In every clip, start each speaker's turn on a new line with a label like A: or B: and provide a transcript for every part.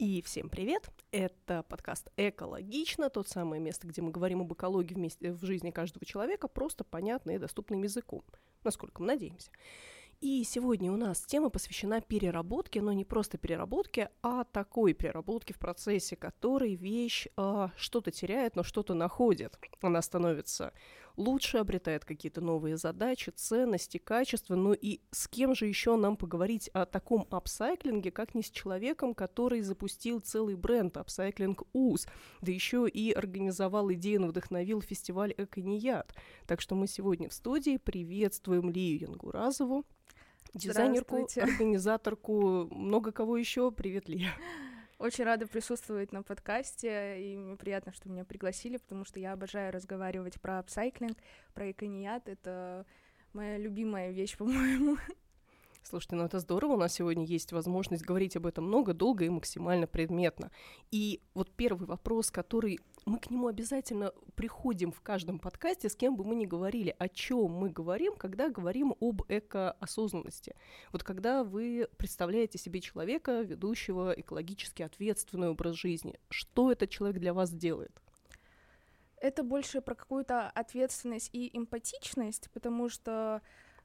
A: И всем привет! Это подкаст «Экологично», тот самое место, где мы говорим об экологии в жизни каждого человека просто понятно и доступным языком, насколько мы надеемся. И сегодня у нас тема посвящена переработке, но не просто переработке, а такой переработке в процессе, которой вещь что-то теряет, но что-то находит. Она становится лучше, обретает какие-то новые задачи, ценности, качества. Ну и с кем же еще нам поговорить о таком апсайклинге, как не с человеком, который запустил целый бренд Upcycling УЗ, да еще и организовал идею, вдохновил фестиваль «Эконияд». Так что мы сегодня в студии приветствуем Лию Янгуразову, дизайнерку, организаторку, много кого еще. Привет, Лия.
B: Очень рада присутствовать на подкасте, и мне приятно, что меня пригласили, потому что я обожаю разговаривать про апсайклинг, про эконияд. Это моя любимая вещь, по-моему.
A: Слушайте, ну это здорово, у нас сегодня есть возможность говорить об этом много, долго и максимально предметно. И вот первый вопрос, который мы к нему обязательно приходим в каждом подкасте, с кем бы мы ни говорили, о чем мы говорим, когда говорим об экоосознанности. Вот когда вы представляете себе человека, ведущего экологически ответственный образ жизни, что этот человек для вас делает?
B: Это больше про какую-то ответственность и эмпатичность, потому что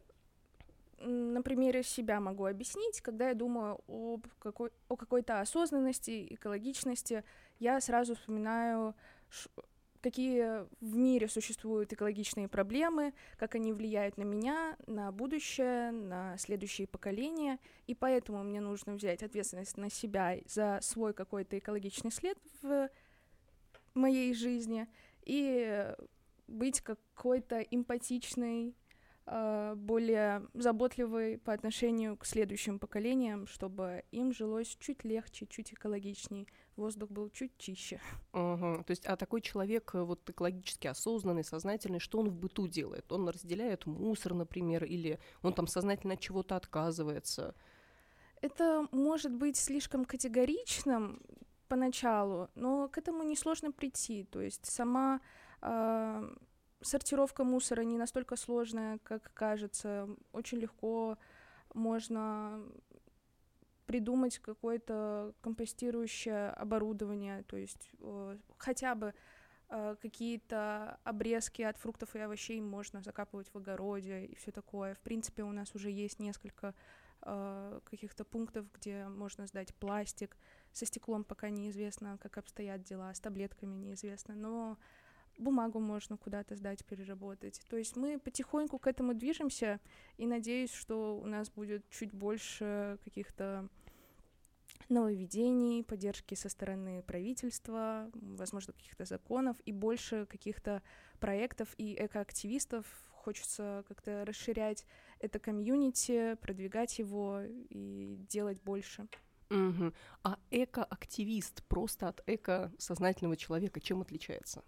B: на примере себя могу объяснить, когда я думаю о какой-то осознанности, экологичности, я сразу вспоминаю, какие в мире существуют экологичные проблемы, как они влияют на меня, на будущее, на следующие поколения, и поэтому мне нужно взять ответственность на себя за свой какой-то экологичный след в моей жизни и быть какой-то эмпатичной, более заботливой по отношению к следующим поколениям, чтобы им жилось чуть легче, чуть экологичней, воздух был чуть чище.
A: То есть, а такой человек вот экологически осознанный, сознательный, что он в быту делает? Он разделяет мусор, например, или он там сознательно от чего-то отказывается?
B: Это может быть слишком категоричным поначалу, но к этому несложно прийти. То есть сама сортировка мусора не настолько сложная, как кажется. Очень легко можно придумать какое-то компостирующее оборудование, то есть хотя бы какие-то обрезки от фруктов и овощей можно закапывать в огороде и все такое. В принципе, у нас уже есть несколько каких-то пунктов, где можно сдать пластик. Со стеклом пока неизвестно, как обстоят дела, с таблетками неизвестно, но бумагу можно куда-то сдать, переработать. То есть мы потихоньку к этому движемся, и надеюсь, что у нас будет чуть больше каких-то нововведений, поддержки со стороны правительства, возможно, каких-то законов, и больше каких-то проектов и экоактивистов. Хочется как-то расширять это комьюнити, продвигать его и делать больше.
A: Угу. А экоактивист просто от экосознательного человека чем отличается?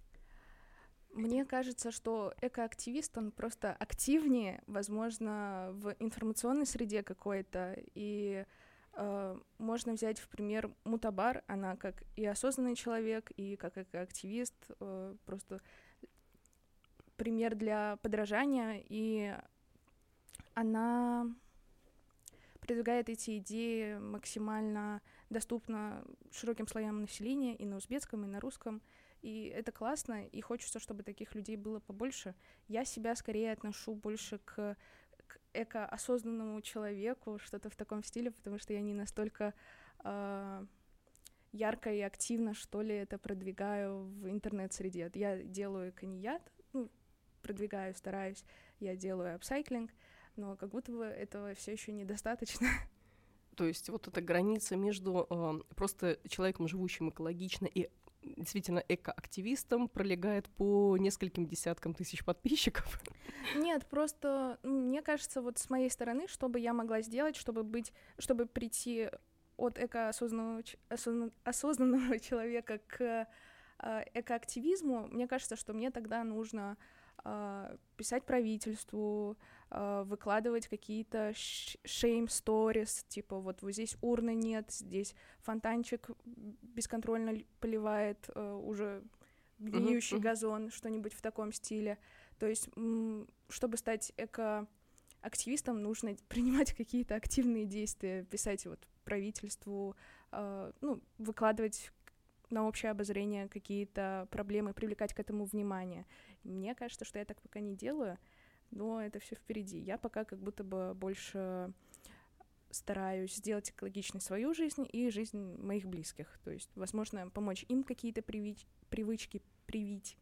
B: Мне кажется, что экоактивист, он просто активнее, возможно, в информационной среде какой-то, и можно взять в пример Мутабар, она как и осознанный человек, и как экоактивист, просто пример для подражания, и она продвигает эти идеи максимально доступно широким слоям населения и на узбекском, и на русском. И это классно, и хочется, чтобы таких людей было побольше. Я себя скорее отношу больше к экоосознанному человеку, что-то в таком стиле, потому что я не настолько ярко и активно, что ли, это продвигаю в интернет-среде. Я делаю эконияд, продвигаю, стараюсь, я делаю апсайклинг, но как будто бы этого все еще недостаточно.
A: То есть вот эта граница между просто человеком, живущим экологично, и действительно экоактивистом пролегает по нескольким десяткам тысяч подписчиков?
B: Нет, просто мне кажется, вот с моей стороны, что бы я могла сделать, чтобы прийти от осознанного человека к экоактивизму, мне кажется, что мне тогда нужно писать правительству, выкладывать какие-то shame stories, типа вот здесь урны нет, здесь фонтанчик бесконтрольно поливает уже гниющий газон, что-нибудь в таком стиле. То есть, чтобы стать экоактивистом, нужно принимать какие-то активные действия, писать вот правительству, выкладывать на общее обозрение какие-то проблемы, привлекать к этому внимание. Мне кажется, что я так пока не делаю, но это все впереди. Я пока как будто бы больше стараюсь сделать экологичной свою жизнь и жизнь моих близких. То есть, возможно, помочь им какие-то привычки привить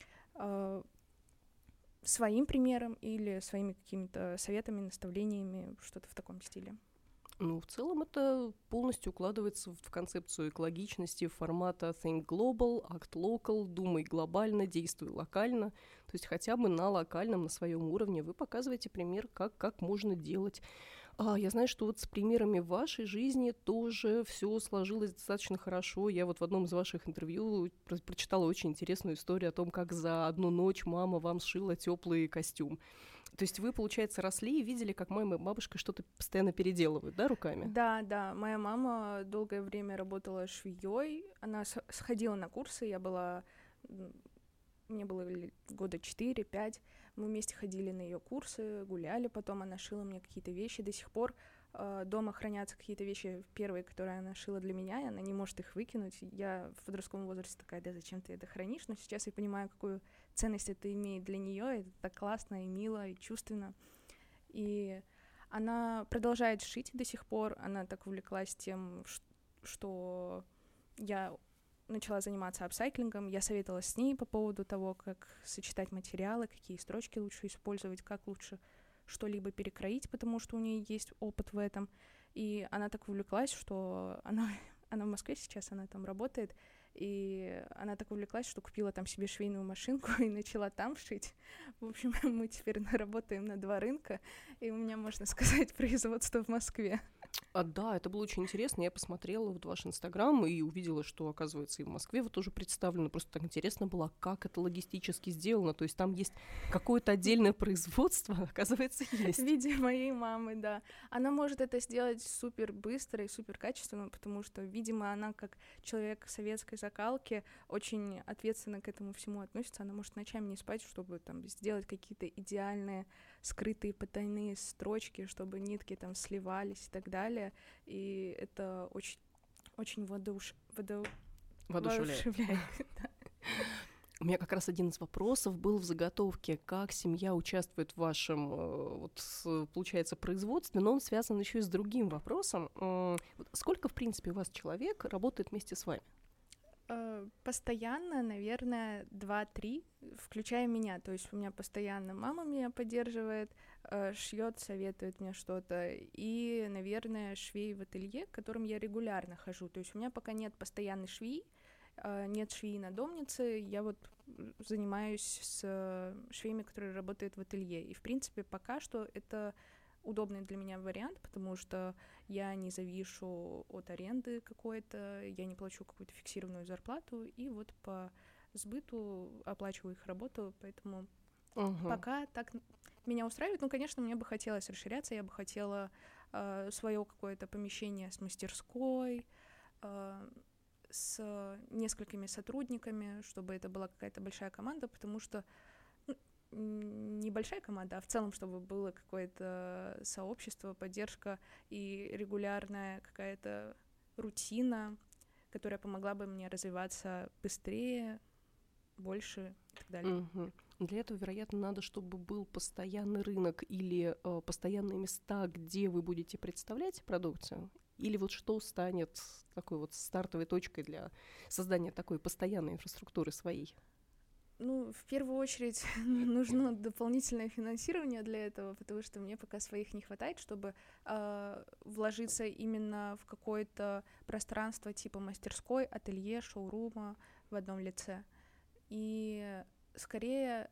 B: своим примером или своими какими-то советами, наставлениями, что-то в таком стиле.
A: Ну, в целом это полностью укладывается в концепцию экологичности формата Think Global, Act Local, думай глобально, действуй локально. То есть хотя бы на локальном, на своем уровне вы показываете пример, как можно делать. Я знаю, что вот с примерами в вашей жизни тоже все сложилось достаточно хорошо. Я вот в одном из ваших интервью прочитала очень интересную историю о том, как за одну ночь мама вам сшила теплый костюм. То есть вы, получается, росли и видели, как мама и бабушка что-то постоянно переделывают, да, руками?
B: Да. Моя мама долгое время работала швеей. Она сходила на курсы. Мне было года 4-5. Мы вместе ходили на ее курсы, гуляли. Потом она шила мне какие-то вещи. До сих пор дома хранятся какие-то вещи первые, которые она шила для меня, и она не может их выкинуть. Я в подростковом возрасте такая: да зачем ты это хранишь? Но сейчас я понимаю, какую ценность это имеет для нее. Это так классно и мило, и чувственно. И она продолжает шить до сих пор. Она так увлеклась тем, что я начала заниматься апсайклингом. Я советовалась с ней по поводу того, как сочетать материалы, какие строчки лучше использовать, как лучше что-либо перекроить, потому что у нее есть опыт в этом. И она так увлеклась, что она в Москве сейчас, она там работает, и она так увлеклась, что купила там себе швейную машинку и начала там шить. В общем, мы теперь работаем на 2 рынка, и у меня, можно сказать, производство в Москве.
A: Да, это было очень интересно. Я посмотрела вот ваш Инстаграм и увидела, что, оказывается, и в Москве вы тоже представлены. Просто так интересно было, как это логистически сделано. То есть там есть какое-то отдельное производство, оказывается, есть.
B: В виде моей мамы, да. Она может это сделать супер быстро и супер качественно, потому что, видимо, она, как человек советской закалки, очень ответственно к этому всему относится. Она может ночами не спать, чтобы там сделать какие-то идеальные скрытые потайные строчки, чтобы нитки там сливались и так далее. И это очень, очень воодушевляет.
A: У меня как раз один из вопросов был в заготовке, как семья участвует в вашем, получается, производстве, но он связан еще и с другим вопросом. Сколько, в принципе, у вас человек работает вместе с вами?
B: Постоянно, наверное, 2-3, включая меня. То есть у меня постоянно мама меня поддерживает, шьет, советует мне что-то. И, наверное, швей в ателье, к которым я регулярно хожу. То есть у меня пока нет постоянной швеи, нет швеи-надомницы. Я вот занимаюсь с швеями, которые работают в ателье. И, в принципе, пока что это удобный для меня вариант, потому что я не завишу от аренды какой-то, я не плачу какую-то фиксированную зарплату, и вот по сбыту оплачиваю их работу, поэтому пока так меня устраивает. Ну, конечно, мне бы хотелось расширяться, я бы хотела свое какое-то помещение с мастерской, с несколькими сотрудниками, чтобы это была какая-то большая команда, потому что небольшая команда, а в целом, чтобы было какое-то сообщество, поддержка и регулярная какая-то рутина, которая помогла бы мне развиваться быстрее, больше и так далее.
A: Для этого, вероятно, надо, чтобы был постоянный рынок или постоянные места, где вы будете представлять продукцию, или вот что станет такой вот стартовой точкой для создания такой постоянной инфраструктуры своей?
B: Ну, в первую очередь, нужно дополнительное финансирование для этого, потому что мне пока своих не хватает, чтобы вложиться именно в какое-то пространство типа мастерской, ателье, шоурума в одном лице. И скорее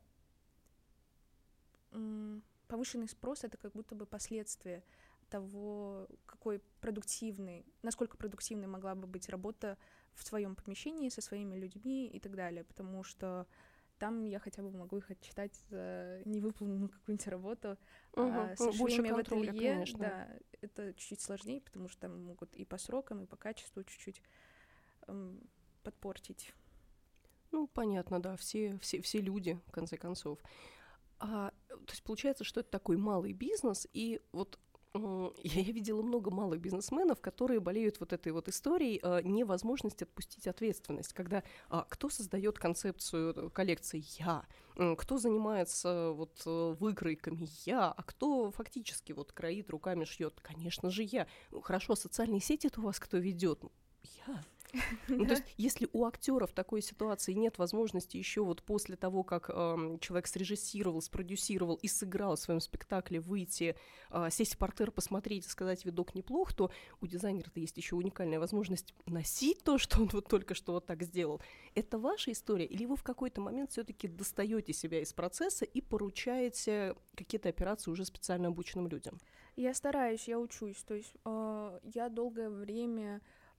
B: повышенный спрос — это как будто бы последствие того, насколько продуктивной могла бы быть работа в своем помещении со своими людьми и так далее, потому что там я хотя бы могу их отчитать за невыполненную какую-нибудь работу. А со швеями в ателье,
A: конечно.
B: Да, это чуть-чуть сложнее, потому что там могут и по срокам, и по качеству чуть-чуть подпортить.
A: Ну, понятно, да, все люди, в конце концов. То есть получается, что это такой малый бизнес, и вот Я видела много малых бизнесменов, которые болеют вот этой вот историей невозможности отпустить ответственность, когда кто создает концепцию коллекции? Я. Кто занимается вот выкройками? Я. А кто фактически вот кроит руками, шьет? Конечно же, я. Ну, хорошо, социальные сети-то у вас кто ведет? Я. Ну, то есть, если у актера в такой ситуации нет возможности еще вот после того, как человек срежиссировал, спродюсировал и сыграл в своем спектакле, выйти, сесть в партер, посмотреть и сказать, видок неплох, то у дизайнера-то есть еще уникальная возможность носить то, что он вот только что вот так сделал. Это ваша история? Или вы в какой-то момент все-таки достаете себя из процесса и поручаете какие-то операции уже специально обученным людям?
B: Я стараюсь, я учусь. То есть я долгое время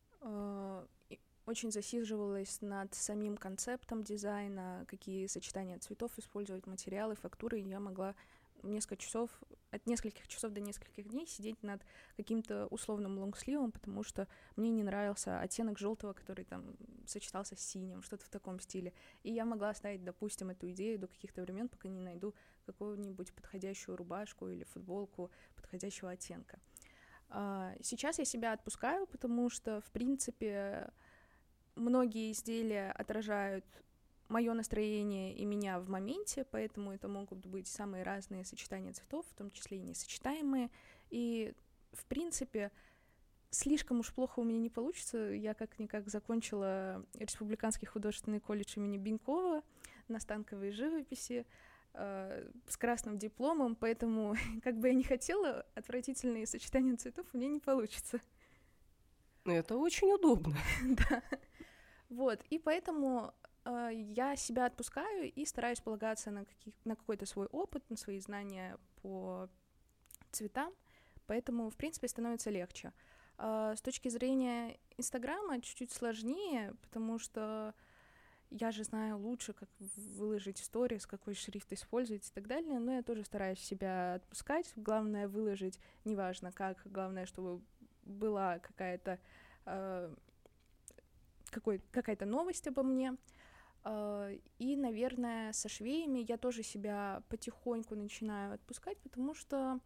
B: очень засиживалась над самим концептом дизайна, какие сочетания цветов использовать, материалы, фактуры. И я могла несколько часов, от нескольких часов до нескольких дней сидеть над каким-то условным лонгсливом, потому что мне не нравился оттенок желтого, который там сочетался с синим, что-то в таком стиле. И я могла оставить, допустим, эту идею до каких-то времен, пока не найду какую-нибудь подходящую рубашку или футболку подходящего оттенка. Сейчас я себя отпускаю, потому что, в принципе, многие изделия отражают мое настроение и меня в моменте, поэтому это могут быть самые разные сочетания цветов, в том числе и несочетаемые. И, в принципе, слишком уж плохо у меня не получится. Я как-никак закончила Республиканский художественный колледж имени Бенькова на станковой живописи с красным дипломом, поэтому, как бы я ни хотела, отвратительные сочетания цветов у меня не получится.
A: Это очень удобно.
B: Да. Вот, и поэтому я себя отпускаю и стараюсь полагаться на какой-то свой опыт, на свои знания по цветам, поэтому, в принципе, становится легче. С точки зрения Инстаграма чуть-чуть сложнее, потому что я же знаю лучше, как выложить сторис, какой шрифт использовать и так далее, но я тоже стараюсь себя отпускать. Главное выложить, неважно как, главное, чтобы была какая-то новость обо мне. И, наверное, со швеями я тоже себя потихоньку начинаю отпускать, потому что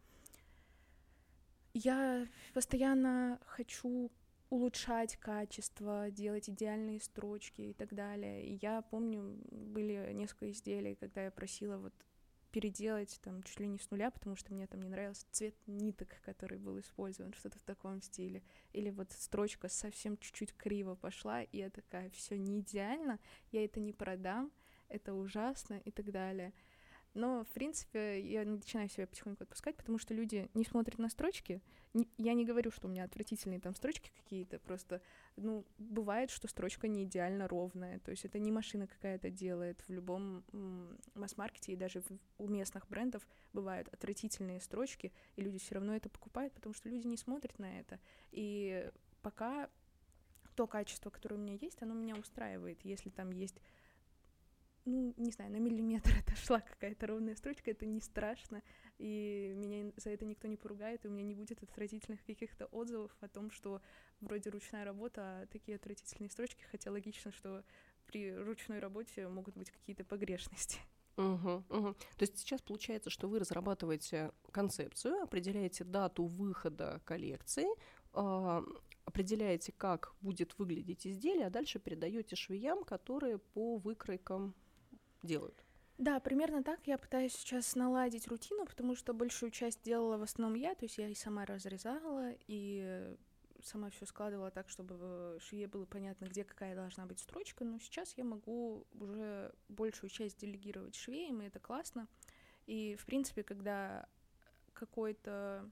B: я постоянно хочу улучшать качество, делать идеальные строчки и так далее. И я помню, были несколько изделий, когда я просила вот переделать там чуть ли не с нуля, потому что мне там не нравился цвет ниток, который был использован, что-то в таком стиле. Или вот строчка совсем чуть-чуть криво пошла, и я такая, все не идеально, я это не продам, это ужасно и так далее. Но, в принципе, я начинаю себя потихоньку отпускать, потому что люди не смотрят на строчки. Я не говорю, что у меня отвратительные там строчки какие-то, просто, бывает, что строчка не идеально ровная, то есть это не машина какая-то делает. В любом масс-маркете и даже у местных брендов бывают отвратительные строчки, и люди все равно это покупают, потому что люди не смотрят на это. И пока то качество, которое у меня есть, оно меня устраивает. Если там есть не знаю, на миллиметр отошла какая-то ровная строчка, это не страшно, и меня за это никто не поругает, и у меня не будет отвратительных каких-то отзывов о том, что вроде ручная работа, а такие отвратительные строчки, хотя логично, что при ручной работе могут быть какие-то погрешности.
A: Угу. То есть сейчас получается, что вы разрабатываете концепцию, определяете дату выхода коллекции, определяете, как будет выглядеть изделие, а дальше передаете швеям, которые по выкройкам делают.
B: Да, примерно так я пытаюсь сейчас наладить рутину, потому что большую часть делала в основном я, то есть я и сама разрезала, и сама все складывала так, чтобы швее было понятно, где какая должна быть строчка, но сейчас я могу уже большую часть делегировать швеям, и это классно. И, в принципе, когда какое-то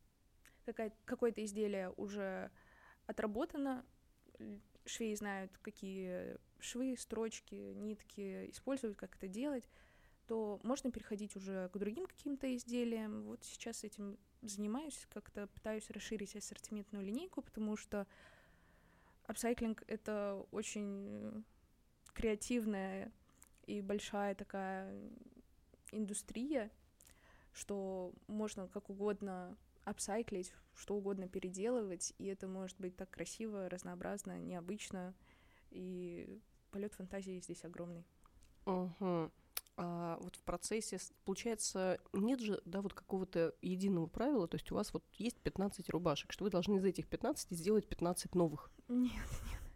B: изделие уже отработано, швеи знают, какие швы, строчки, нитки использовать, как это делать, то можно переходить уже к другим каким-то изделиям. Вот сейчас этим занимаюсь, как-то пытаюсь расширить ассортиментную линейку, потому что апсайклинг — это очень креативная и большая такая индустрия, что можно как угодно апсайклить, что угодно переделывать, и это может быть так красиво, разнообразно, необычно, и полет фантазии здесь огромный.
A: Угу. А вот в процессе, получается, нет же, да, вот какого-то единого правила, то есть у вас вот есть 15 рубашек, что вы должны из этих 15 сделать 15 новых.
B: Нет.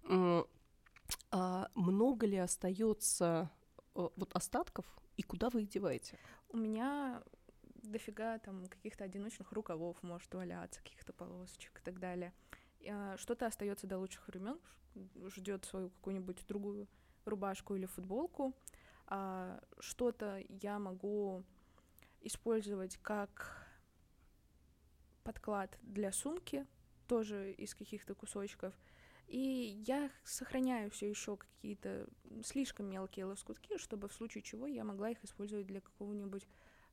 A: А много ли остается вот остатков, и куда вы их деваете?
B: У меня дофига там каких-то одиночных рукавов может валяться, каких-то полосочек и так далее. Что-то остается до лучших времен, ждет свою какую-нибудь другую рубашку или футболку. Что-то я могу использовать как подклад для сумки, тоже из каких-то кусочков. И я сохраняю все еще какие-то слишком мелкие лоскутки, чтобы в случае чего я могла их использовать для какого-нибудь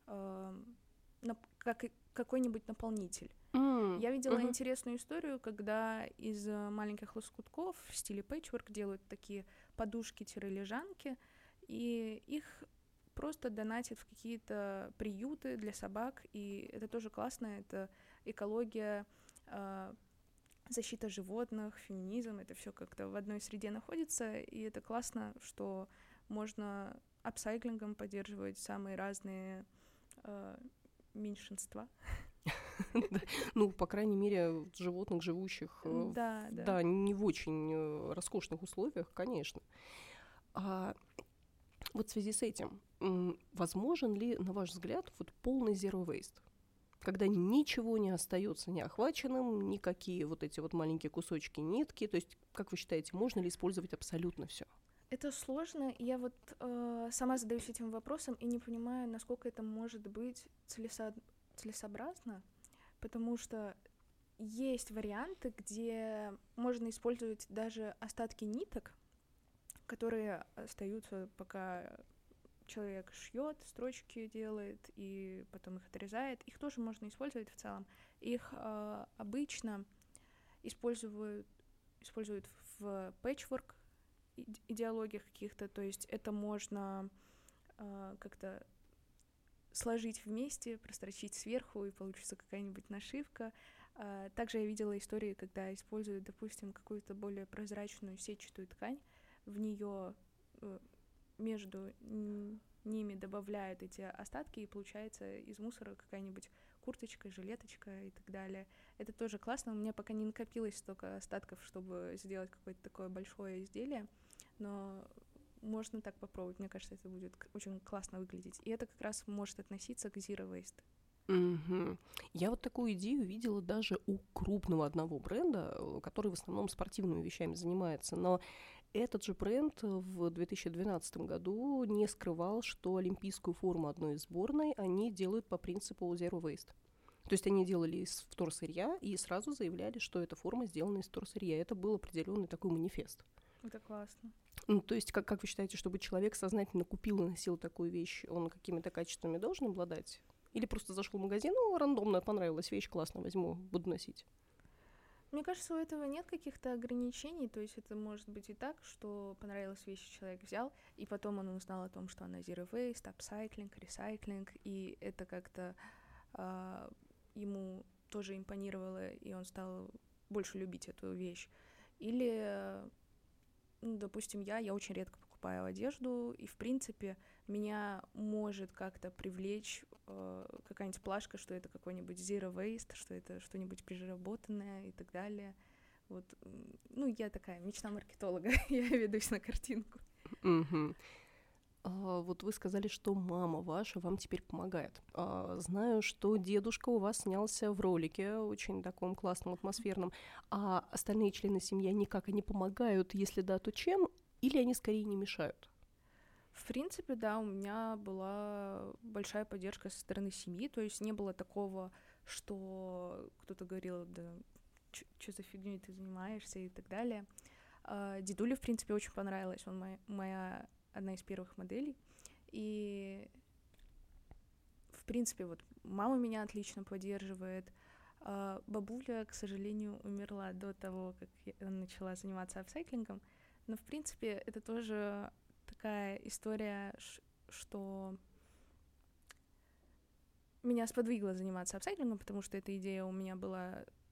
B: как какой-нибудь наполнитель. Я видела интересную историю, когда из маленьких лоскутков в стиле пэтчворк делают такие подушки-лежанки, и их просто донатят в какие-то приюты для собак, и это тоже классно, это экология, защита животных, феминизм, это все как-то в одной среде находится, и это классно, что можно апсайклингом поддерживать самые разные меньшинства.
A: Ну, по крайней мере, животных, живущих да, не в очень роскошных условиях, конечно. А вот в связи с этим, возможен ли, на ваш взгляд, вот полный zero waste? Когда ничего не остается неохваченным, никакие вот эти вот маленькие кусочки нитки, то есть, как вы считаете, можно ли использовать абсолютно все?
B: Это сложно, и я вот сама задаюсь этим вопросом и не понимаю, насколько это может быть целесообразно, потому что есть варианты, где можно использовать даже остатки ниток, которые остаются, пока человек шьет, строчки делает и потом их отрезает. Их тоже можно использовать в целом. Их обычно используют в пэтчворк идеологиях каких-то, то есть это можно как-то сложить вместе, прострочить сверху, и получится какая-нибудь нашивка. Также я видела истории, когда используют, допустим, какую-то более прозрачную сетчатую ткань, в нее между ними добавляют эти остатки, и получается из мусора какая-нибудь курточка, жилеточка и так далее. Это тоже классно. У меня пока не накопилось столько остатков, чтобы сделать какое-то такое большое изделие, но можно так попробовать. Мне кажется, это будет очень классно выглядеть. И это как раз может относиться к Zero Waste.
A: Угу. Я вот такую идею видела даже у крупного одного бренда, который в основном спортивными вещами занимается, но этот же бренд в 2012 году не скрывал, что олимпийскую форму одной из сборной они делают по принципу Zero Waste. То есть они делали из вторсырья и сразу заявляли, что эта форма сделана из вторсырья. Это был определенный такой манифест.
B: Это классно.
A: Ну, то есть, как вы считаете, чтобы человек сознательно купил и носил такую вещь, он какими-то качествами должен обладать? Или просто зашел в магазин, рандомно понравилась вещь, классно, возьму, буду носить?
B: Мне кажется, у этого нет каких-то ограничений, то есть это может быть и так, что понравилась вещь, человек взял, и потом он узнал о том, что она zero waste, upcycling, recycling, и это как-то ему тоже импонировало, и он стал больше любить эту вещь. Или, допустим, я очень редко покупаю одежду, и, в принципе, меня может как-то привлечь какая-нибудь плашка, что это какой-нибудь zero waste, что это что-нибудь переработанное и так далее. Вот, я такая мечта маркетолога, я ведусь на картинку.
A: Угу. Вот вы сказали, что мама ваша вам теперь помогает. Знаю, что дедушка у вас снялся в ролике, очень таком классном, атмосферном. А остальные члены семьи, они как, они помогают? Если да, то чем? Или они скорее не мешают?
B: В принципе, да, у меня была большая поддержка со стороны семьи, то есть не было такого, что кто-то говорил, да, что за фигней ты занимаешься и так далее. Дедуле, в принципе, очень понравилось, он моя одна из первых моделей, и, в принципе, вот мама меня отлично поддерживает, бабуля, к сожалению, умерла до того, как я начала заниматься апсайклингом, но, в принципе, это тоже такая история, что меня сподвигло заниматься апсайклингом, потому что эта идея у меня была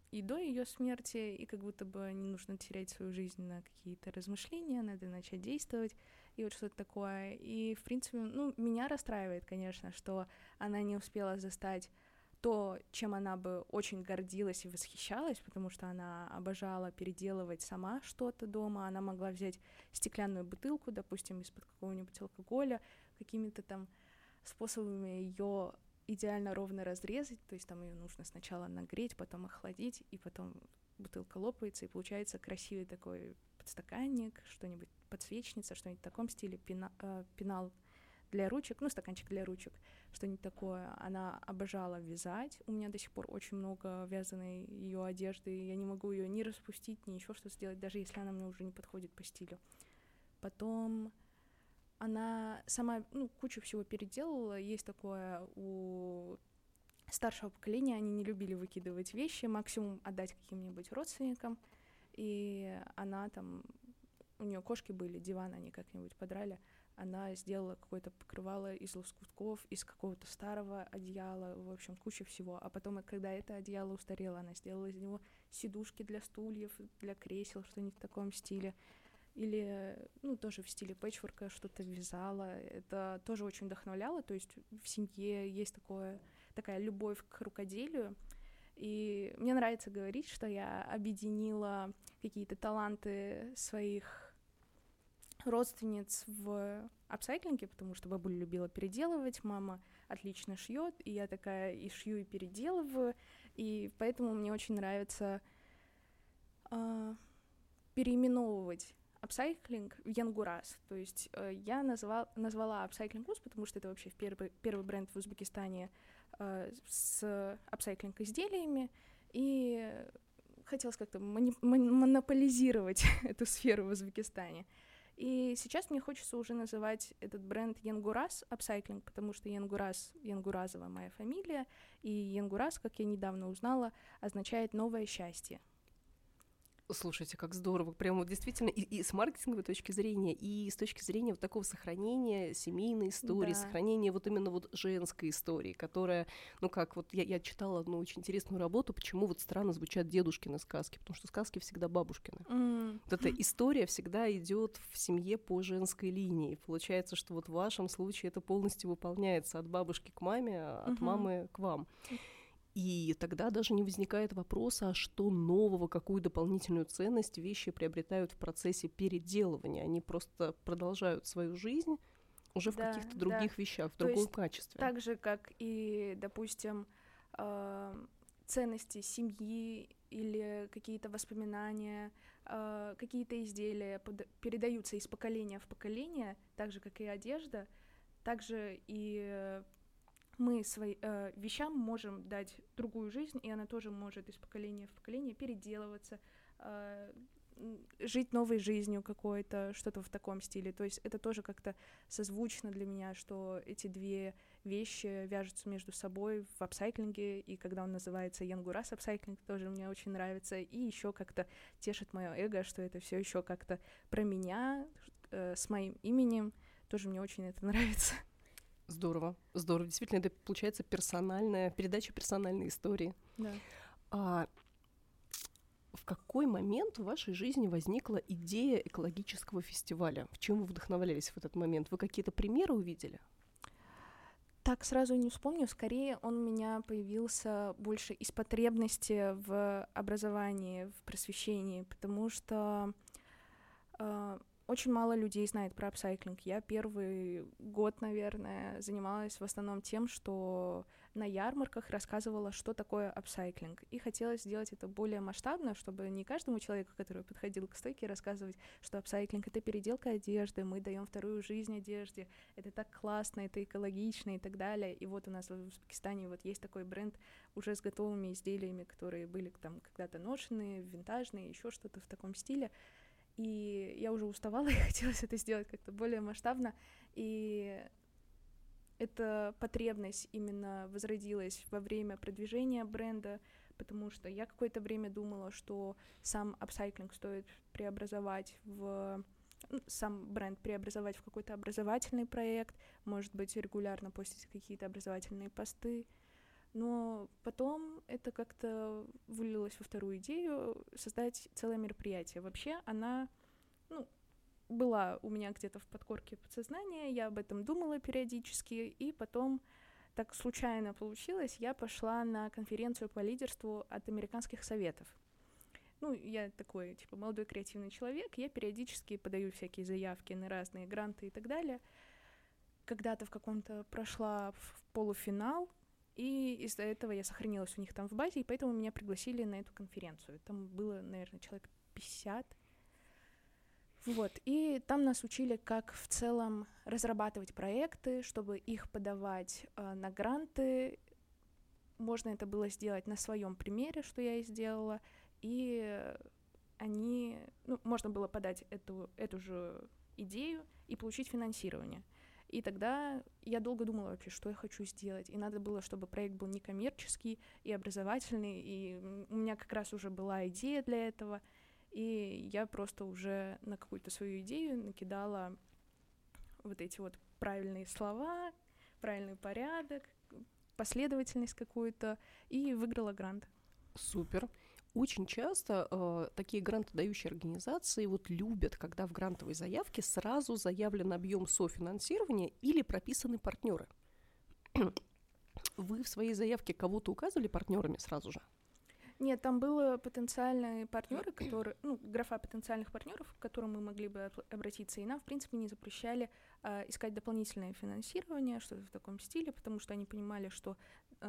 B: и до ее смерти, и как будто бы не нужно терять свою жизнь на какие-то размышления, надо начать действовать, и вот что-то такое. И, в принципе, меня расстраивает, конечно, что она не успела застать то, чем она бы очень гордилась и восхищалась, потому что она обожала переделывать сама что-то дома, она могла взять стеклянную бутылку, допустим, из-под какого-нибудь алкоголя, какими-то там способами ее идеально ровно разрезать, то есть там ее нужно сначала нагреть, потом охладить, и потом бутылка лопается, и получается красивый такой подстаканник, что-нибудь подсвечница, что-нибудь в таком стиле, пенал для ручек, стаканчик для ручек, что-нибудь такое. Она обожала вязать. У меня до сих пор очень много вязаной ее одежды, и я не могу ее ни распустить, ни еще что-то сделать, даже если она мне уже не подходит по стилю. Потом она сама, кучу всего переделала. Есть такое у старшего поколения, они не любили выкидывать вещи, максимум отдать каким-нибудь родственникам. И она там, у нее кошки были, диван они как-нибудь подрали, она сделала какое-то покрывало из лоскутков, из какого-то старого одеяла, в общем, куча всего. А потом, когда это одеяло устарело, она сделала из него сидушки для стульев, для кресел, что-нибудь в таком стиле. Или, тоже в стиле пэтчворка что-то вязала. Это тоже очень вдохновляло. То есть в семье есть такая любовь к рукоделию. И мне нравится говорить, что я объединила какие-то таланты своих родственниц в апсайклинге, потому что бабуля любила переделывать, мама отлично шьет, и я такая и шью, и переделываю. И поэтому мне очень нравится переименовывать апсайклинг в Янгурас. То есть я назвала апсайклинг УЗ, потому что это вообще первый бренд в Узбекистане с апсайклинг изделиями, и хотелось как-то монополизировать эту сферу в Узбекистане. И сейчас мне хочется уже называть этот бренд Янгурас апсайклинг, потому что Янгуразова моя фамилия, и Янгурас, как я недавно узнала, означает «новое счастье».
A: Слушайте, как здорово. Прямо вот действительно и с маркетинговой точки зрения, и с точки зрения вот такого сохранения семейной истории,
B: Да.
A: сохранения вот именно вот женской истории, которая, как вот я читала одну очень интересную работу, почему вот странно звучат дедушкины сказки, потому что сказки всегда бабушкины. Вот эта история всегда идет в семье по женской линии. Получается, что вот в вашем случае это полностью выполняется от бабушки к маме, от мамы к вам. И тогда даже не возникает вопроса, а что нового, какую дополнительную ценность вещи приобретают в процессе переделывания. Они просто продолжают свою жизнь уже в каких-то других вещах, в другом качестве.
B: Так же, как и, допустим, ценности семьи или какие-то воспоминания, какие-то изделия передаются из поколения в поколение, так же, как и одежда, так же и мы своим вещам можем дать другую жизнь, и она тоже может из поколения в поколение переделываться, жить новой жизнью какой-то, что-то в таком стиле. То есть это тоже как-то созвучно для меня, что эти две вещи вяжутся между собой в апсайклинге, и когда он называется Янгурас апсайклинг, тоже мне очень нравится, и еще как-то тешит мое эго, что это все еще как-то про меня, с моим именем, тоже мне очень это нравится.
A: Здорово, здорово. Действительно, это получается передача персональной истории.
B: Да.
A: В какой момент в вашей жизни возникла идея экологического фестиваля? В чем вы вдохновлялись в этот момент? Вы какие-то примеры увидели?
B: Так сразу не вспомню. Скорее, он у меня появился больше из потребности в образовании, в просвещении, потому что очень мало людей знает про апсайклинг. Я первый год, наверное, занималась в основном тем, что на ярмарках рассказывала, что такое апсайклинг. И хотелось сделать это более масштабно, чтобы не каждому человеку, который подходил к стойке, рассказывать, что апсайклинг — это переделка одежды, мы даем вторую жизнь одежде, это так классно, это экологично и так далее. И вот у нас в Узбекистане вот есть такой бренд уже с готовыми изделиями, которые были там когда-то ношенные, винтажные, еще что-то в таком стиле. И я уже уставала, и хотелось это сделать как-то более масштабно. И эта потребность именно возродилась во время продвижения бренда, потому что я какое-то время думала, что сам апсайклинг стоит сам бренд преобразовать в какой-то образовательный проект, может быть, регулярно постить какие-то образовательные посты. Но потом это как-то вылилось во вторую идею создать целое мероприятие. Вообще она, ну, была у меня где-то в подкорке подсознания, я об этом думала периодически, и потом так случайно получилось, я пошла на конференцию по лидерству от Американских советов. Ну, я такой, типа, молодой креативный человек, я периодически подаю всякие заявки на разные гранты и так далее. Когда-то в каком-то прошла в полуфинал, и из-за этого я сохранилась у них там в базе, и поэтому меня пригласили на эту конференцию. Там было, наверное, человек 50. Вот, и там нас учили, как в целом разрабатывать проекты, чтобы их подавать на гранты. Можно это было сделать на своем примере, что я и сделала, и можно было подать эту же идею и получить финансирование. И тогда я долго думала вообще, что я хочу сделать. И надо было, чтобы проект был некоммерческий и образовательный, и у меня как раз уже была идея для этого. И я просто уже на какую-то свою идею накидала вот эти вот правильные слова, правильный порядок, последовательность какую-то, и выиграла грант.
A: Супер. Очень часто такие грантодающие организации вот любят, когда в грантовой заявке сразу заявлен объем софинансирования или прописаны партнеры. Вы в своей заявке кого-то указывали партнерами сразу же?
B: Нет, там было потенциальные партнеры, графа потенциальных партнеров, к которым мы могли бы обратиться, и нам, в принципе, не запрещали искать дополнительное финансирование, что-то в таком стиле, потому что они понимали, что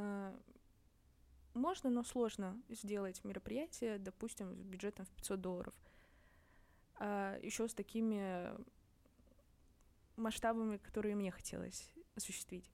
B: можно, но сложно сделать мероприятие, допустим, с бюджетом в $500. Еще с такими масштабами, которые мне хотелось осуществить.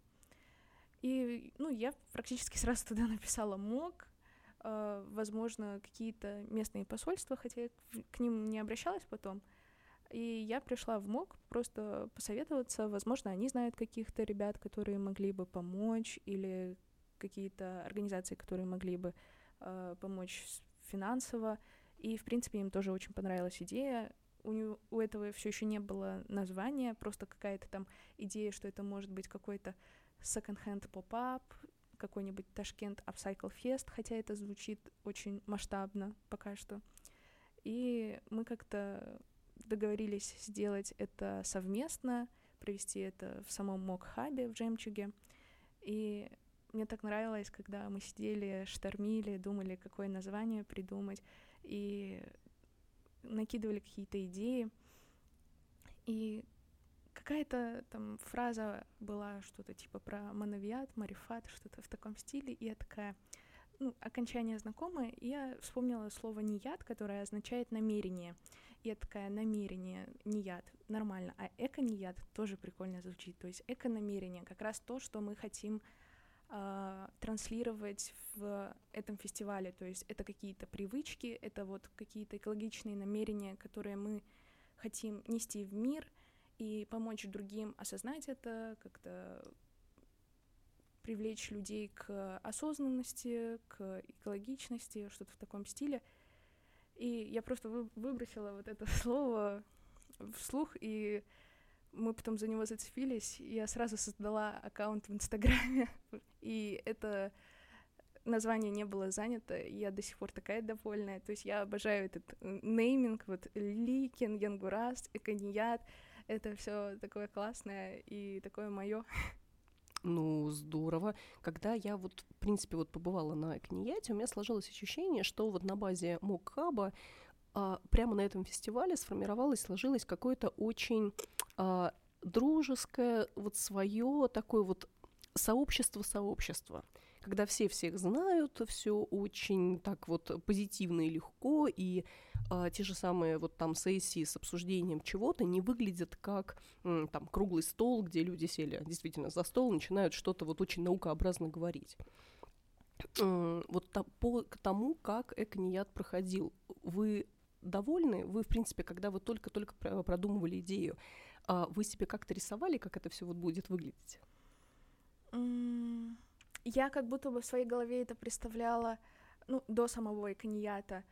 B: И, я практически сразу туда написала МОК, возможно, какие-то местные посольства, хотя я к ним не обращалась потом. И я пришла в МОК просто посоветоваться. Возможно, они знают каких-то ребят, которые могли бы помочь, или какие-то организации, которые могли бы помочь финансово. И, в принципе, им тоже очень понравилась идея. У этого все еще не было названия, просто какая-то там идея, что это может быть какой-то second-hand pop-up, какой-нибудь Ташкент Upcycle Fest, хотя это звучит очень масштабно пока что. И мы как-то договорились сделать это совместно, провести это в самом МОК-хабе в Жемчуге. И мне так нравилось, когда мы сидели, штормили, думали, какое название придумать, и накидывали какие-то идеи. И какая-то там фраза была, что-то типа про мановиат, марифат, что-то в таком стиле, и я такая, окончание знакомое, и я вспомнила слово «ният», которое означает «намерение». И я такая, намерение, ният, нормально, а эко-ният тоже прикольно звучит, то есть эко-намерение, как раз то, что мы хотим транслировать в этом фестивале, то есть это какие-то привычки, это вот какие-то экологичные намерения, которые мы хотим нести в мир и помочь другим осознать это, как-то привлечь людей к осознанности, к экологичности, что-то в таком стиле. И я просто выбросила вот это слово вслух, и мы потом за него зацепились. Я сразу создала аккаунт в Инстаграме, и это название не было занято, и я до сих пор такая довольная. То есть я обожаю этот нейминг, вот Ликин, Янгурас, Эконият. Это все такое классное и такое мое.
A: Ну, здорово. Когда я в принципе, побывала на Эконияте, у меня сложилось ощущение, что вот на базе МОК-хаба прямо на этом фестивале сложилось какое-то очень дружеское, свое такое сообщество, когда все всех знают, все очень так позитивно и легко, и те же самые там сессии с обсуждением чего-то не выглядят как там круглый стол, где люди сели действительно за стол и начинают что-то очень наукообразно говорить. По тому, как Эконият проходил, вы довольны? Вы, в принципе, когда вы только-только продумывали идею, вы себе как-то рисовали, как это все будет выглядеть?
B: Я как будто бы в своей голове это представляла, до самого Эконията.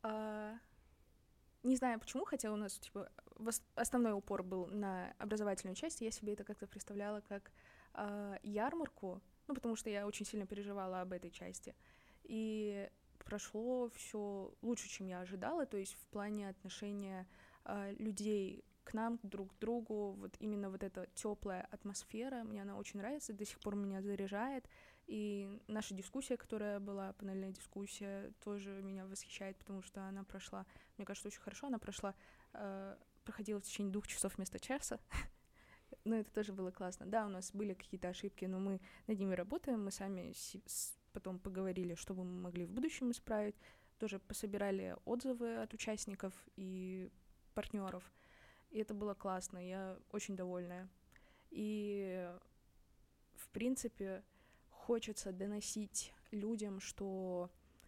B: Не знаю почему, хотя у нас, основной упор был на образовательную часть, я себе это как-то представляла как ярмарку, Ну, потому что я очень сильно переживала об этой части. И прошло все лучше, чем я ожидала, то есть в плане отношения людей к нам, друг к другу, вот именно вот эта теплая атмосфера, мне она очень нравится, до сих пор меня заряжает, и наша дискуссия, которая была, панельная дискуссия, тоже меня восхищает, потому что она прошла, мне кажется, очень хорошо, она проходила в течение 2 часов вместо часа, но это тоже было классно. Да, у нас были какие-то ошибки, но мы над ними работаем, мы сами потом поговорили, что бы мы могли в будущем исправить, тоже пособирали отзывы от участников и партнеров, и это было классно, я очень довольная. И, в принципе, хочется доносить людям, что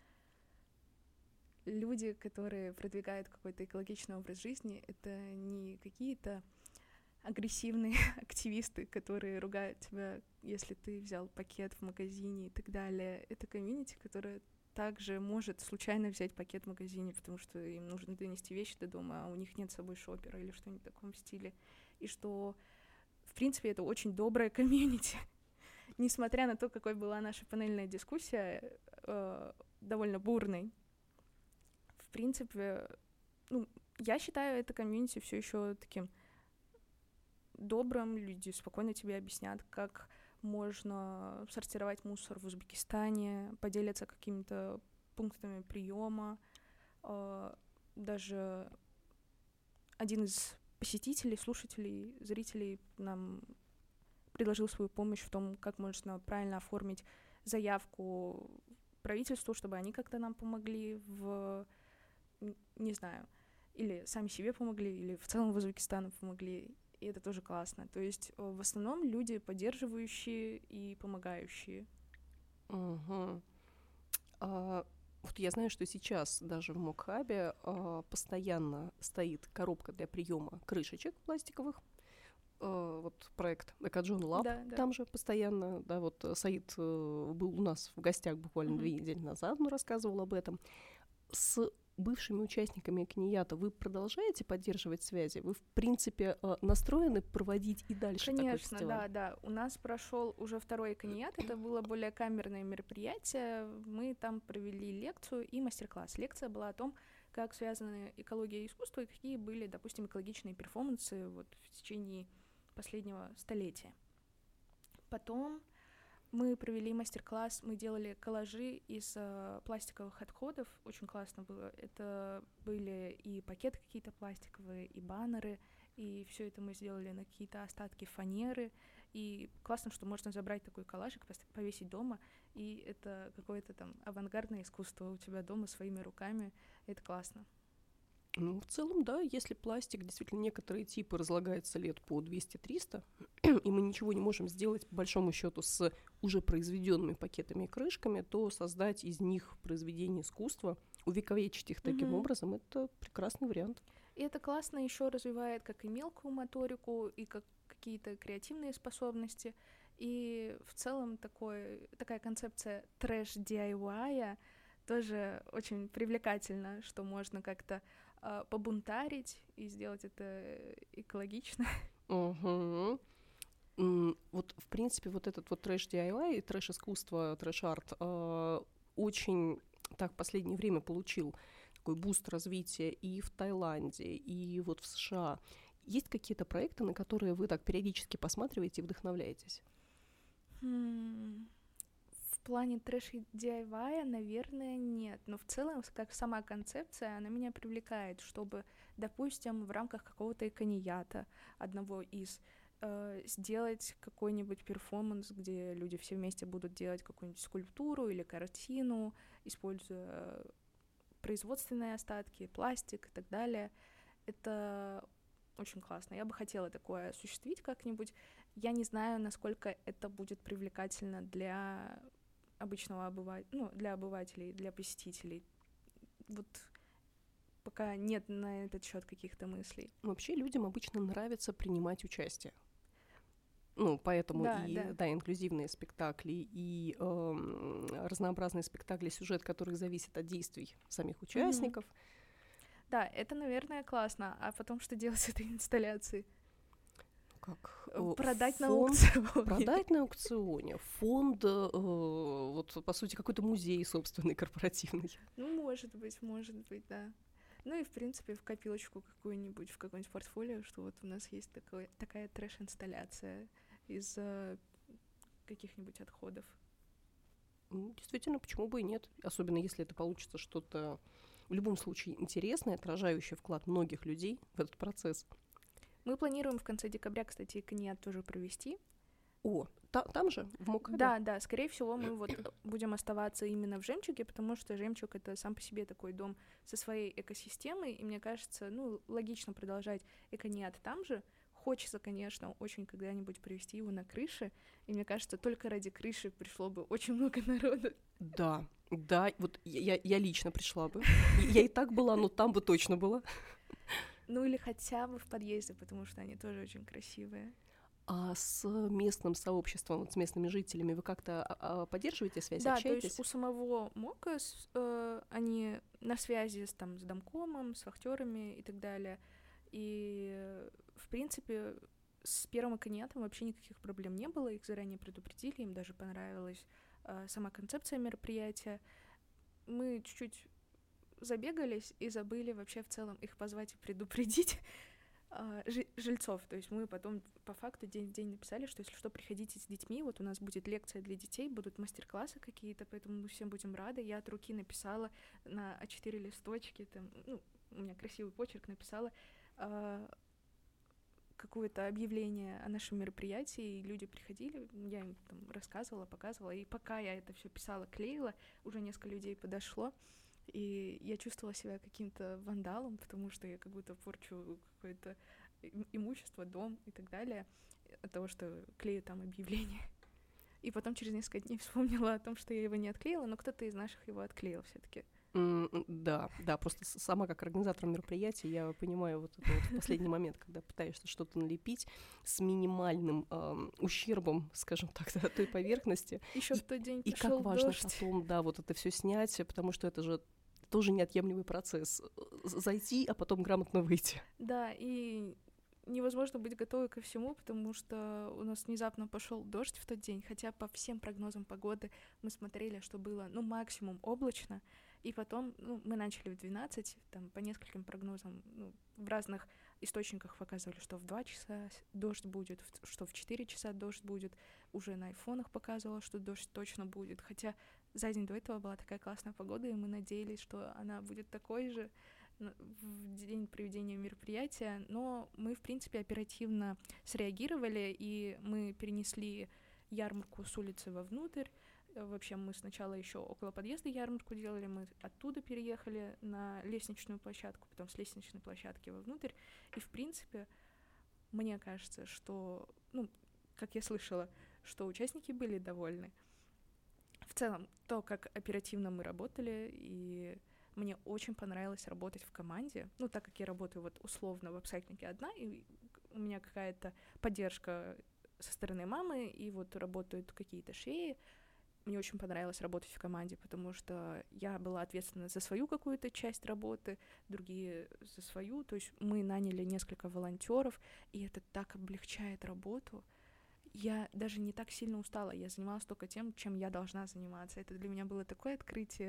B: люди, которые продвигают какой-то экологичный образ жизни, это не какие-то агрессивные активисты, которые ругают тебя, если ты взял пакет в магазине и так далее. Это комьюнити, которое также может случайно взять пакет в магазине, потому что им нужно донести вещи до дома, а у них нет с собой шопера или что-нибудь в таком стиле. И что, в принципе, это очень доброе комьюнити. Несмотря на то, какой была наша панельная дискуссия, довольно бурной, в принципе, ну, я считаю это комьюнити все еще таким добрым, люди спокойно тебе объяснят, как можно сортировать мусор в Узбекистане, поделятся какими-то пунктами приема. Даже один из посетителей, слушателей, зрителей нам предложил свою помощь в том, как можно правильно оформить заявку правительству, чтобы они как-то нам помогли не знаю, или сами себе помогли, или в целом в Узбекистану помогли. И это тоже классно. То есть в основном люди поддерживающие и помогающие.
A: Угу. Вот я знаю, что сейчас даже в Мокхабе постоянно стоит коробка для приема крышечек пластиковых. Вот проект Экоджон Лаб,
B: Да, да.
A: там же постоянно, да, вот Саид был у нас в гостях буквально 2 недели назад, он рассказывал об этом. С бывшими участниками Канията вы продолжаете поддерживать связи? Вы, в принципе, настроены проводить и дальше такой фестиваль?
B: Конечно, да. У нас прошел уже 2-й Каният, это было более камерное мероприятие. Мы там провели лекцию и мастер-класс. Лекция была о том, как связаны экология и искусство, и какие были, допустим, экологичные перформансы вот в течение последнего столетия. Потом мы провели мастер-класс, мы делали коллажи из пластиковых отходов, очень классно было. Это были и пакеты какие-то пластиковые, и баннеры, и все это мы сделали на какие-то остатки фанеры. И классно, что можно забрать такой коллажик, повесить дома, и это какое-то там авангардное искусство у тебя дома своими руками. Это классно.
A: Ну, в целом, да, если пластик, действительно, некоторые типы разлагаются лет по 200-300, и мы ничего не можем сделать, по большому счету, с уже произведенными пакетами и крышками, то создать из них произведение искусства, увековечить их таким образом, это прекрасный вариант.
B: И это классно еще развивает как и мелкую моторику, и как какие-то креативные способности. И в целом такая концепция трэш-DIY тоже очень привлекательна, что можно как-то побунтарить и сделать это экологично.
A: Угу. Вот, в принципе, вот этот вот трэш-DIY, трэш-искусство, трэш-арт очень так в последнее время получил такой буст развития и в Таиланде, и вот в США. Есть какие-то проекты, на которые вы так периодически посматриваете и вдохновляетесь?
B: В плане трэш-DIY, наверное, нет. Но в целом, как сама концепция, она меня привлекает, чтобы, допустим, в рамках какого-то эконията, одного из, сделать какой-нибудь перформанс, где люди все вместе будут делать какую-нибудь скульптуру или картину, используя производственные остатки, пластик и так далее. Это очень классно. Я бы хотела такое осуществить как-нибудь. Я не знаю, насколько это будет привлекательно для обычного для обывателей, для посетителей. Вот пока нет на этот счет каких-то мыслей.
A: Вообще людям обычно нравится принимать участие. Ну, поэтому инклюзивные спектакли, и разнообразные спектакли, сюжет которых зависит от действий самих участников.
B: Да, это, наверное, классно. А потом что делать с этой инсталляцией?
A: как
B: Продать на
A: фонд,
B: аукционе.
A: продать на аукционе, фонд, вот по сути какой-то музей собственный корпоративный.
B: Ну, может быть, да. Ну и, в принципе, в копилочку какую-нибудь, в какое-нибудь портфолио, что вот у нас есть такая трэш-инсталляция из каких-нибудь отходов.
A: Действительно, почему бы и нет? Особенно если это получится что-то в любом случае интересное, отражающее вклад многих людей в этот процесс.
B: Мы планируем в конце декабря, кстати, КНИАТ тоже провести.
A: О, там же, в Мукабе?
B: Да, скорее всего, мы вот будем оставаться именно в «Жемчуге», потому что «Жемчуг» — это сам по себе такой дом со своей экосистемой, и мне кажется, ну, логично продолжать КНИАТ там же. Хочется, конечно, очень когда-нибудь провести его на крыше, и мне кажется, только ради крыши пришло бы очень много народу.
A: Да, вот я лично пришла бы. Я и так была, но там бы точно была.
B: Ну или хотя бы в подъезде, потому что они тоже очень красивые.
A: А с местным сообществом, вот с местными жителями вы как-то поддерживаете связь,
B: Да,
A: общаетесь?
B: то есть у самого МОКа они на связи с домкомом, с вахтерами и так далее. И, в принципе, с первым КНИАТом вообще никаких проблем не было. Их заранее предупредили, им даже понравилась сама концепция мероприятия. Мы чуть-чуть забегались и забыли вообще в целом их позвать и предупредить жильцов. То есть мы потом по факту день в день написали, что если что, приходите с детьми, вот у нас будет лекция для детей, будут мастер-классы какие-то, поэтому мы всем будем рады. Я от руки написала на А4 листочки, там, ну, у меня красивый почерк, написала какое-то объявление о нашем мероприятии, и люди приходили, я им там рассказывала, показывала, и пока я это все писала, клеила, уже несколько людей подошло, и я чувствовала себя каким-то вандалом, потому что я как будто порчу какое-то имущество, дом и так далее от того, что клею там объявление. И потом через несколько дней вспомнила о том, что я его не отклеила, но кто-то из наших его отклеил все-таки.
A: Да, просто сама как организатор мероприятия я понимаю вот это вот в последний момент, когда пытаешься что-то налепить с минимальным ущербом, скажем так, да, той поверхности.
B: Еще в тот день
A: и
B: пошел
A: как важно
B: дождь.
A: потом, да, вот это все снять, потому что это же тоже неотъемлемый процесс. Зайти, а потом грамотно выйти.
B: Да, и невозможно быть готовой ко всему, потому что у нас внезапно пошел дождь в тот день, хотя по всем прогнозам погоды мы смотрели, что было, ну, максимум облачно, и потом, ну, мы начали в 12, там, по нескольким прогнозам, ну, в разных источниках показывали, что в 2 часа дождь будет, что в 4 часа дождь будет, уже на айфонах показывало, что дождь точно будет, хотя за день до этого была такая классная погода, и мы надеялись, что она будет такой же в день проведения мероприятия, но мы, в принципе, оперативно среагировали, и мы перенесли ярмарку с улицы вовнутрь. Вообще мы сначала еще около подъезда ярмарку делали, мы оттуда переехали на лестничную площадку, потом с лестничной площадки вовнутрь, и, в принципе, мне кажется, что, ну, как я слышала, что участники были довольны. В целом, то, как оперативно мы работали, и мне очень понравилось работать в команде. Ну, так как я работаю вот условно в веб-сайтнике одна, и у меня какая-то поддержка со стороны мамы, и вот работают какие-то швеи. Мне очень понравилось работать в команде, потому что я была ответственна за свою какую-то часть работы, другие за свою. То есть мы наняли несколько волонтеров, и это так облегчает работу. Я даже не так сильно устала, я занималась только тем, чем я должна заниматься. Это для меня было такое открытие.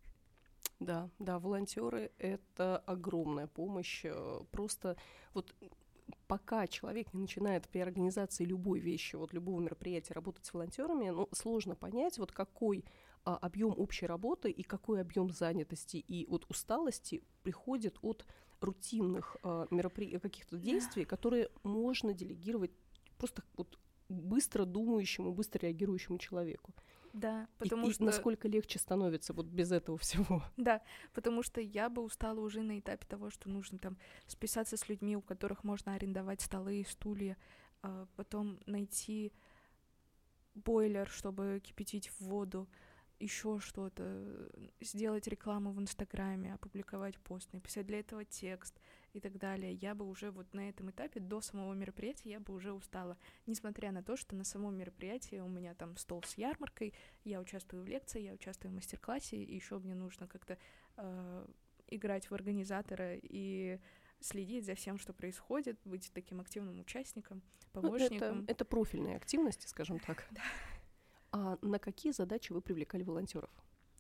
A: Да, волонтеры — это огромная помощь. Просто вот пока человек не начинает при организации любой вещи, вот любого мероприятия работать с волонтерами, ну, сложно понять, вот какой объем общей работы и какой объем занятости и от усталости приходит от рутинных каких-то действий, которые можно делегировать просто вот быстро думающему, быстро реагирующему человеку.
B: Да, потому что...
A: насколько легче становится вот без этого всего.
B: Да, потому что я бы устала уже на этапе того, что нужно там списаться с людьми, у которых можно арендовать столы и стулья, потом найти бойлер, чтобы кипятить воду, еще что-то, сделать рекламу в Инстаграме, опубликовать пост, написать для этого текст и так далее. Я бы уже вот на этом этапе, до самого мероприятия, я бы уже устала. Несмотря на то, что на самом мероприятии у меня там стол с ярмаркой, я участвую в лекции, я участвую в мастер-классе, и еще мне нужно как-то играть в организатора и следить за всем, что происходит, быть таким активным участником,
A: Ну,
B: помощником.
A: это профильные активности, скажем так. А на какие задачи вы привлекали волонтеров?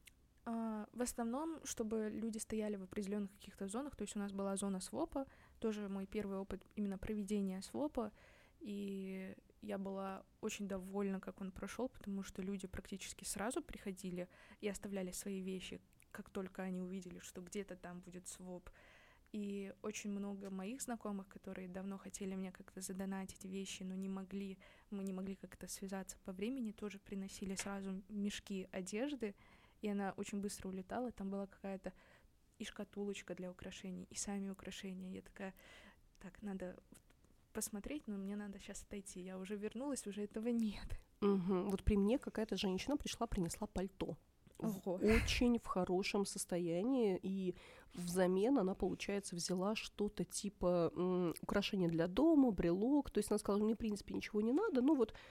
B: В основном, чтобы люди стояли в определенных каких-то зонах, то есть у нас была зона свопа, тоже мой первый опыт именно проведения свопа, и я была очень довольна, как он прошел, потому что люди практически сразу приходили и оставляли свои вещи, как только они увидели, что где-то там будет своп. И очень много моих знакомых, которые давно хотели мне как-то задонатить вещи, но мы не могли как-то связаться по времени, тоже приносили сразу мешки одежды, и она очень быстро улетала. Там была какая-то и шкатулочка для украшений, и сами украшения. Я такая, так, надо посмотреть, но мне надо сейчас отойти. Я уже вернулась, уже этого нет.
A: Вот при мне какая-то женщина пришла, принесла пальто.
B: Ого.
A: Очень в хорошем состоянии, и взамен она, получается, взяла что-то типа украшения для дома, брелок, то есть она сказала, мне, в принципе, ничего не надо,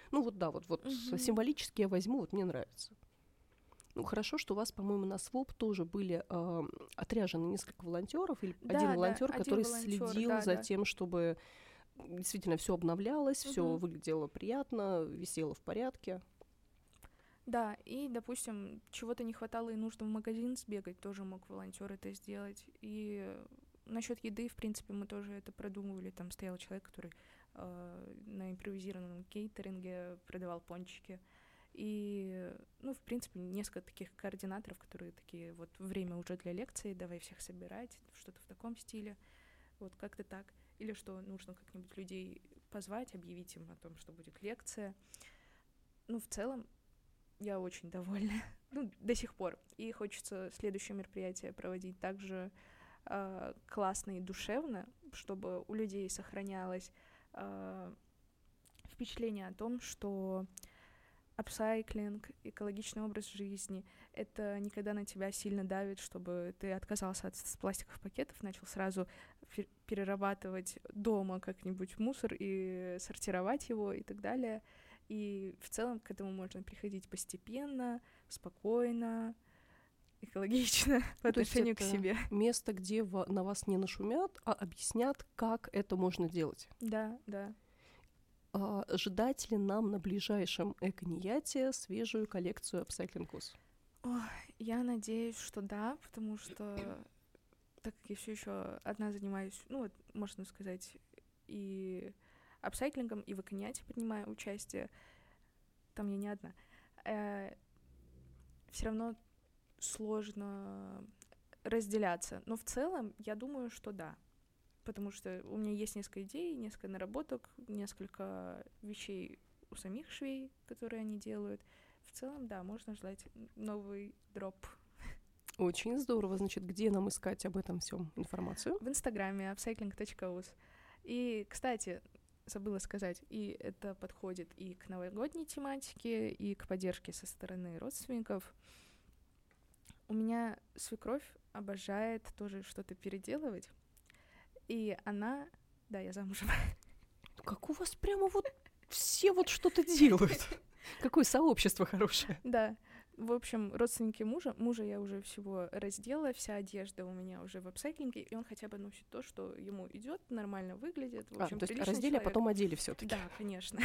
A: символически я возьму, вот мне нравится. Ну, хорошо, что у вас, по-моему, на СВОП тоже были отряжены несколько волонтеров, или один волонтер, который следил за тем, чтобы действительно все обновлялось, все выглядело приятно, висело в порядке.
B: Да, и, допустим, чего-то не хватало и нужно в магазин сбегать, тоже мог волонтер это сделать. И насчет еды, в принципе, мы тоже это продумывали. Там стоял человек, который на импровизированном кейтеринге продавал пончики. И, ну, в принципе, несколько таких координаторов, которые такие, вот время уже для лекции, давай всех собирать, что-то в таком стиле. Вот как-то так. Или что нужно как-нибудь людей позвать, объявить им о том, что будет лекция. Ну, в целом, я очень довольна. Ну, до сих пор. И хочется следующее мероприятие проводить также классно и душевно, чтобы у людей сохранялось впечатление о том, что апсайклинг, экологичный образ жизни — это никогда на тебя сильно давит, чтобы ты отказался от пластиковых пакетов, начал сразу перерабатывать дома как-нибудь мусор и сортировать его и так далее. И в целом к этому можно приходить постепенно, спокойно, экологично по отношению к себе.
A: Место, где на вас не нашумят, а объяснят, как это можно делать.
B: Да, да.
A: Ожидать ли нам на ближайшем Эконияте свежую коллекцию Upcycling Us?
B: Я надеюсь, что да, потому что так как я все еще одна занимаюсь, ну вот, можно сказать, и апсайклингом, и в Эконияте принимаю участие, там я не одна, все равно сложно разделяться. Но в целом я думаю, что да. Потому что у меня есть несколько идей, несколько наработок, несколько вещей у самих швей, которые они делают. В целом, да, можно ждать новый дроп.
A: Очень здорово. Значит, где нам искать об этом всем информацию?
B: В Инстаграме upcycling.us. И, кстати, забыла сказать, и это подходит и к новогодней тематике, и к поддержке со стороны родственников. У меня свекровь обожает тоже что-то переделывать. И она... Да, я замужем.
A: Как у вас прямо вот все вот что-то делают. Какое сообщество хорошее.
B: Да. В общем, родственники мужа я уже всего раздела, вся одежда у меня уже в апсайклинге, и он хотя бы носит то, что ему идет, нормально выглядит. В общем,
A: то есть раздели, человек. А потом одели все-таки.
B: Да, конечно.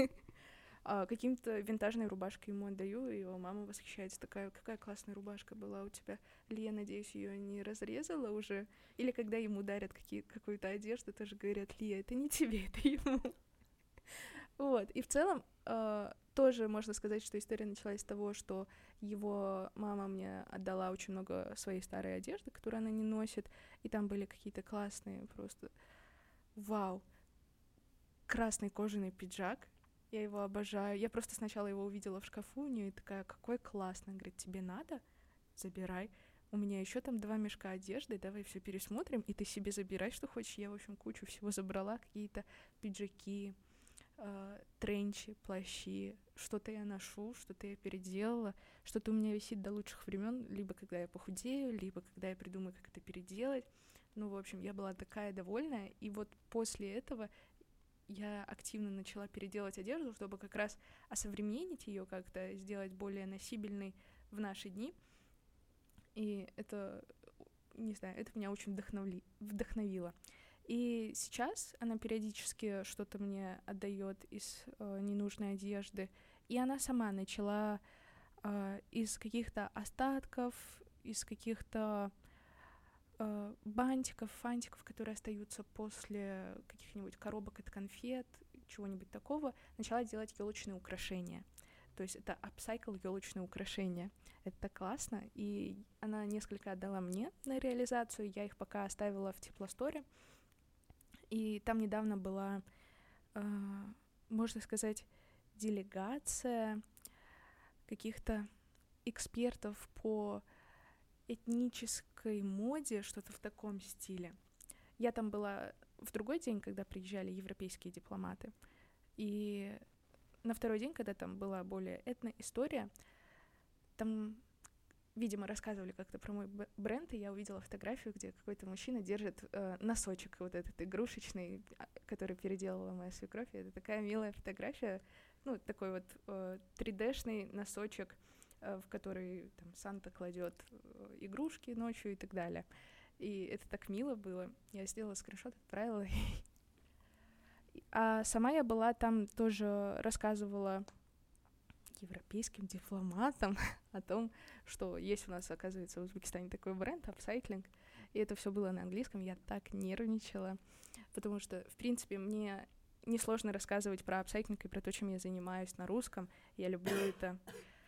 B: Каким-то винтажной рубашкой ему отдаю, и его мама восхищается. Такая, какая классная рубашка была у тебя. Ли, я надеюсь, ее не разрезала уже. Или когда ему дарят какую-то одежду, тоже говорят, Лия, это не тебе, это ему. Вот, и в целом тоже можно сказать, что история началась с того, что его мама мне отдала очень много своей старой одежды, которую она не носит, и там были какие-то классные просто... Вау! Красный кожаный пиджак. Я его обожаю. Я просто сначала его увидела в шкафу у нее и такая, какой классный. Она говорит, тебе надо? Забирай. У меня еще там 2 мешка одежды, давай все пересмотрим, и ты себе забирай, что хочешь. Я, в общем, кучу всего забрала, какие-то пиджаки, тренчи, плащи. Что-то я ношу, что-то я переделала, что-то у меня висит до лучших времен, либо когда я похудею, либо когда я придумаю, как это переделать. Ну, в общем, я была такая довольная, и вот после этого я активно начала переделать одежду, чтобы как раз осовременить ее как-то, сделать более носибельной в наши дни. И это, не знаю, это меня очень вдохновило. И сейчас она периодически что-то мне отдает из ненужной одежды. И она сама начала из каких-то остатков, из каких-то бантиков, фантиков, которые остаются после каких-нибудь коробок от конфет, чего-нибудь такого, начала делать ёлочные украшения. То есть это апсайкл ёлочные украшения. Это так классно. И она несколько отдала мне на реализацию. Я их пока оставила в теплосторе. И там недавно была, можно сказать, делегация каких-то экспертов по этнической моде, что-то в таком стиле. Я там была в другой день, когда приезжали европейские дипломаты. И на второй день, когда там была более этноистория, там, видимо, рассказывали как-то про мой бренд, и я увидела фотографию, где какой-то мужчина держит носочек вот этот игрушечный, который переделала моя свекровь. И это такая милая фотография, ну, такой вот 3D-шный носочек, в который там Санта кладет игрушки ночью и так далее. И это так мило было. Я сделала скриншот, отправила. А сама я была там, тоже рассказывала европейским дипломатам о том, что есть у нас, оказывается, в Узбекистане такой бренд, апсайклинг. И это все было на английском. Я так нервничала, потому что, в принципе, мне несложно рассказывать про апсайклинг и про то, чем я занимаюсь на русском. Я люблю это.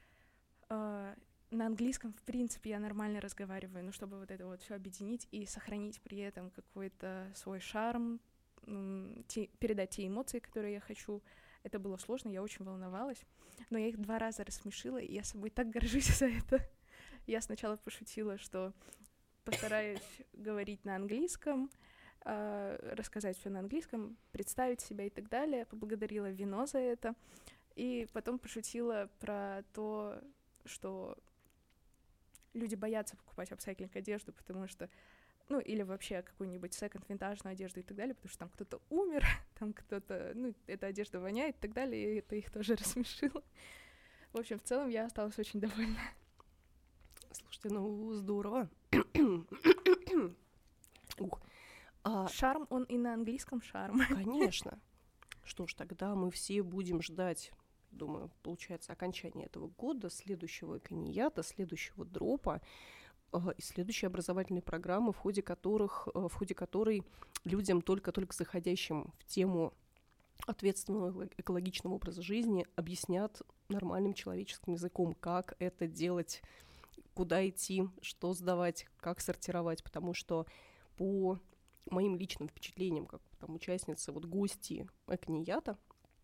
B: На английском, в принципе, я нормально разговариваю, но чтобы вот это вот все объединить и сохранить при этом какой-то свой шарм, передать те эмоции, которые я хочу, это было сложно, я очень волновалась, но я их 2 раза рассмешила, и я собой так горжусь за это. Я сначала пошутила, что постараюсь говорить на английском, рассказать все на английском, представить себя и так далее, поблагодарила вино за это, и потом пошутила про то, что люди боятся покупать апсайклинг одежду, потому что, ну, или вообще какую-нибудь секонд-винтажную одежду и так далее, потому что там кто-то умер, там кто-то, ну, эта одежда воняет и так далее, и это их тоже рассмешило. В общем, в целом я осталась очень довольна.
A: Слушайте, ну, здорово.
B: Шарм, он и на английском шарм.
A: Конечно. Что ж, тогда мы все будем ждать, думаю, получается, окончания этого года, следующего эконията, следующего дропа и следующей образовательной программы, в ходе которой людям, только заходящим в тему ответственного экологичного образа жизни, объяснят нормальным человеческим языком, как это делать, куда идти, что сдавать, как сортировать, потому что по моим личным впечатлениям, как там участницы, вот гости эконията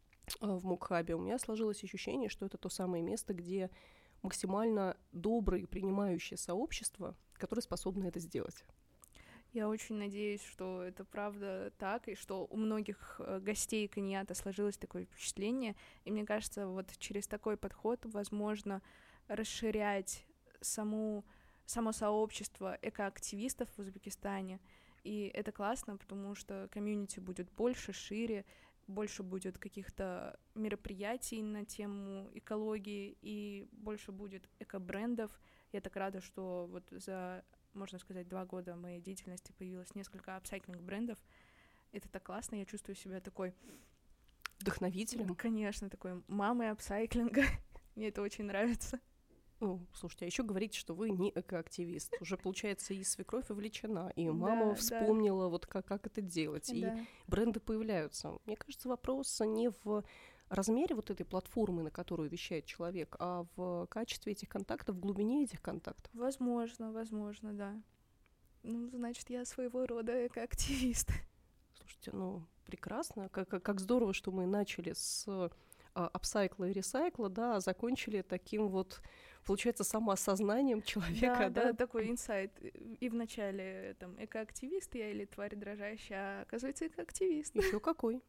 A: в Мукхабе, у меня сложилось ощущение, что это то самое место, где максимально доброе и принимающее сообщество, которое способно это сделать.
B: Я очень надеюсь, что это правда так, и что у многих гостей экониата сложилось такое впечатление. И мне кажется, вот через такой подход возможно расширять само сообщество экоактивистов в Узбекистане. И это классно, потому что комьюнити будет больше, шире, больше будет каких-то мероприятий на тему экологии, и больше будет эко-брендов. Я так рада, что вот за, можно сказать, 2 года моей деятельности появилось несколько апсайклинг-брендов. Это так классно, я чувствую себя такой...
A: Вдохновителем?
B: Конечно, такой мамой апсайклинга. Мне это очень нравится.
A: Ну, слушайте, а еще говорите, что вы не экоактивист. Уже, получается, и свекровь увлечена, и мама вспомнила, вот как это делать, и бренды появляются. Мне кажется, вопрос не в размере вот этой платформы, на которую вещает человек, а в качестве этих контактов, в глубине этих контактов.
B: Возможно, да. Ну, значит, я своего рода экоактивист.
A: Слушайте, ну, прекрасно. Как здорово, что мы начали с апсайкла и ресайкла, да, а закончили таким вот, получается, самоосознанием человека, да?
B: Да, такой инсайт. И вначале там экоактивист я или тварь дрожащая, а оказывается, экоактивист.
A: Еще какой.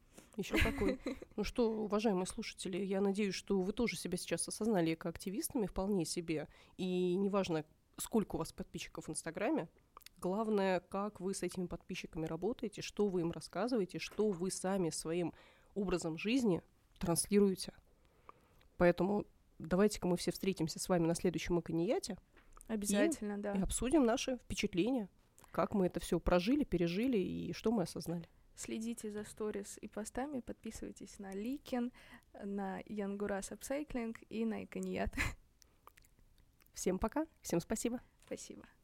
A: Ну что, уважаемые слушатели, я надеюсь, что вы тоже себя сейчас осознали экоактивистами вполне себе. И неважно, сколько у вас подписчиков в Инстаграме, главное, как вы с этими подписчиками работаете, что вы им рассказываете, что вы сами своим образом жизни транслируете. Поэтому давайте-ка мы все встретимся с вами на следующем эконияте.
B: Обязательно, да.
A: И обсудим наши впечатления. как мы это все прожили, пережили и что мы осознали.
B: Следите за сторис и постами, подписывайтесь на Ликин, на Янгурас Апсайклинг и на Иконият.
A: Всем пока, всем спасибо.
B: Спасибо.